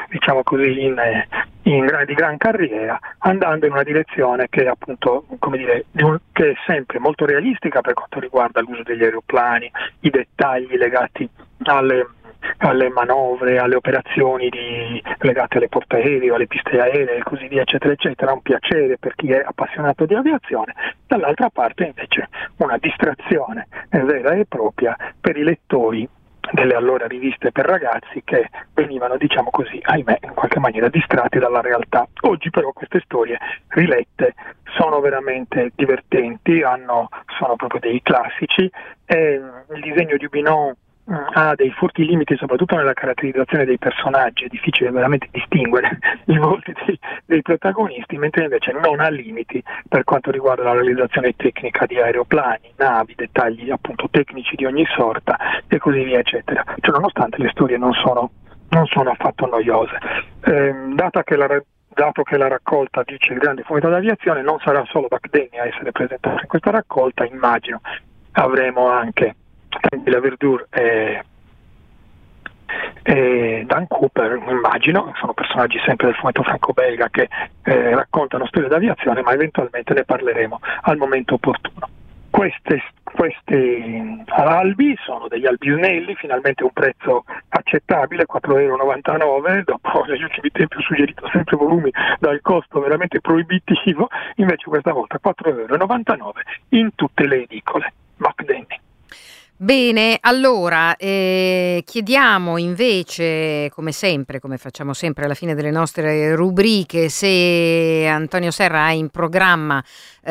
di gran carriera, andando in una direzione che è appunto, che è sempre molto realistica per quanto riguarda l'uso degli aeroplani, i dettagli legati alle manovre, alle operazioni legate alle portaerei, alle piste aeree e così via, eccetera, eccetera. Un piacere per chi è appassionato di aviazione. Dall'altra parte invece una distrazione vera e propria per i lettori delle allora riviste per ragazzi, che venivano, ahimè, in qualche maniera distratti dalla realtà. Oggi però queste storie rilette sono veramente divertenti, sono proprio dei classici, e il disegno di Aubinon ha dei forti limiti soprattutto nella caratterizzazione dei personaggi, è difficile veramente distinguere i volti dei protagonisti, mentre invece non ha limiti per quanto riguarda la realizzazione tecnica di aeroplani, navi, dettagli appunto tecnici di ogni sorta e così via, eccetera. Nonostante le storie non sono affatto noiose. Dato che la raccolta dice il grande fumetto d'aviazione, non sarà solo Buck Denny a essere presentato in questa raccolta, immagino avremo anche la Verdure e Dan Cooper, immagino, sono personaggi sempre del fumetto franco-belga che raccontano storie d'aviazione, ma eventualmente ne parleremo al momento opportuno. questi albi sono degli albi snelli, finalmente un prezzo accettabile, 4,99 €. Dopo negli ultimi tempi ho suggerito sempre volumi dal costo veramente proibitivo, invece questa volta 4,99 € in tutte le edicole. Buck Denny. Bene, allora chiediamo invece, come sempre, come facciamo sempre alla fine delle nostre rubriche, se Antonio Serra ha in programma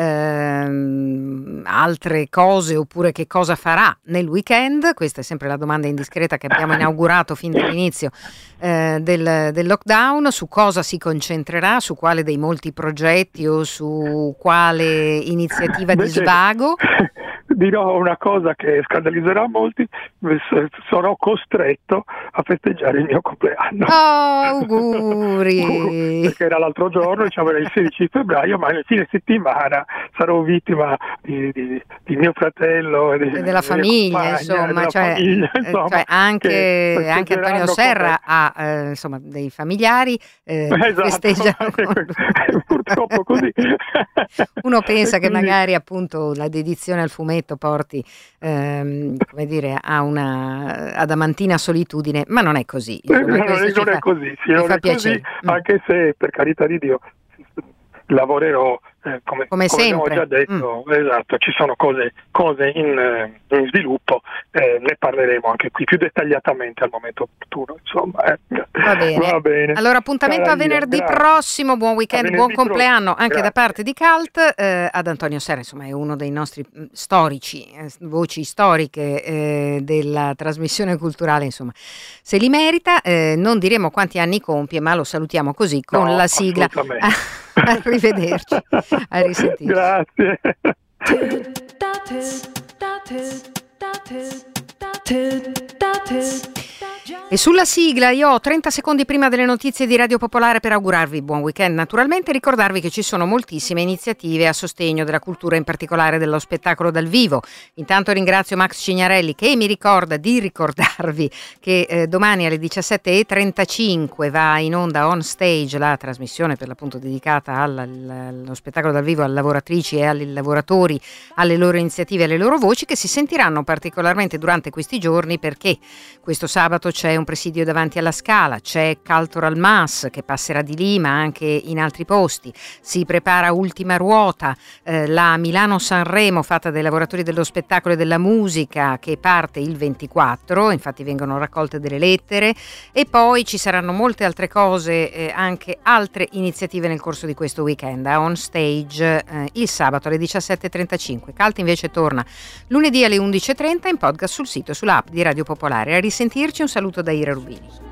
altre cose oppure che cosa farà nel weekend. Questa è sempre la domanda indiscreta che abbiamo inaugurato fin dall'inizio del lockdown. Su cosa si concentrerà, su quale dei molti progetti o su quale iniziativa di svago? Dirò una cosa che scandalizzerà molti: sarò costretto a festeggiare il mio compleanno. Oh, auguri! Perché era l'altro giorno, diciamo era il 16 febbraio, ma nel fine settimana sarò vittima di mio fratello e della famiglia, insomma, cioè anche Antonio Serra ha insomma dei familiari festeggiano. Purtroppo così. Uno pensa che magari appunto la dedizione al fumetto porti come dire a una adamantina solitudine, ma non è così. Non è così, anche se per carità di Dio lavorerò come sempre. Abbiamo già detto, esatto, ci sono cose in sviluppo, ne parleremo anche qui più dettagliatamente al momento opportuno, insomma. Va bene. Allora appuntamento a venerdì prossimo, buon weekend, buon compleanno anche da parte di Cult ad Antonio Serra, insomma è uno dei nostri storici, voci storiche della trasmissione culturale, insomma se li merita. Non diremo quanti anni compie, ma lo salutiamo così con la sigla. Arrivederci, a risentirci. Grazie. E sulla sigla io ho 30 secondi prima delle notizie di Radio Popolare per augurarvi buon weekend, naturalmente ricordarvi che ci sono moltissime iniziative a sostegno della cultura, in particolare dello spettacolo dal vivo. Intanto ringrazio Max Cignarelli che mi ricorda di ricordarvi che domani alle 17:35 va in onda On Stage la trasmissione per l'appunto dedicata allo spettacolo dal vivo, alle lavoratrici e ai lavoratori, alle loro iniziative e alle loro voci, che si sentiranno particolarmente durante questi giorni, perché questo sabato c'è un presidio davanti alla Scala, c'è Cultural Mass che passerà di lì ma anche in altri posti, si prepara Ultima Ruota, la Milano-Sanremo fatta dai lavoratori dello spettacolo e della musica che parte il 24, infatti vengono raccolte delle lettere, e poi ci saranno molte altre cose, anche altre iniziative nel corso di questo weekend. A On Stage il sabato alle 17:35, Cult invece torna lunedì alle 11:30 in podcast sul sito e sull'app di Radio Popolare. A risentirci, un saluto da Ira Rubini.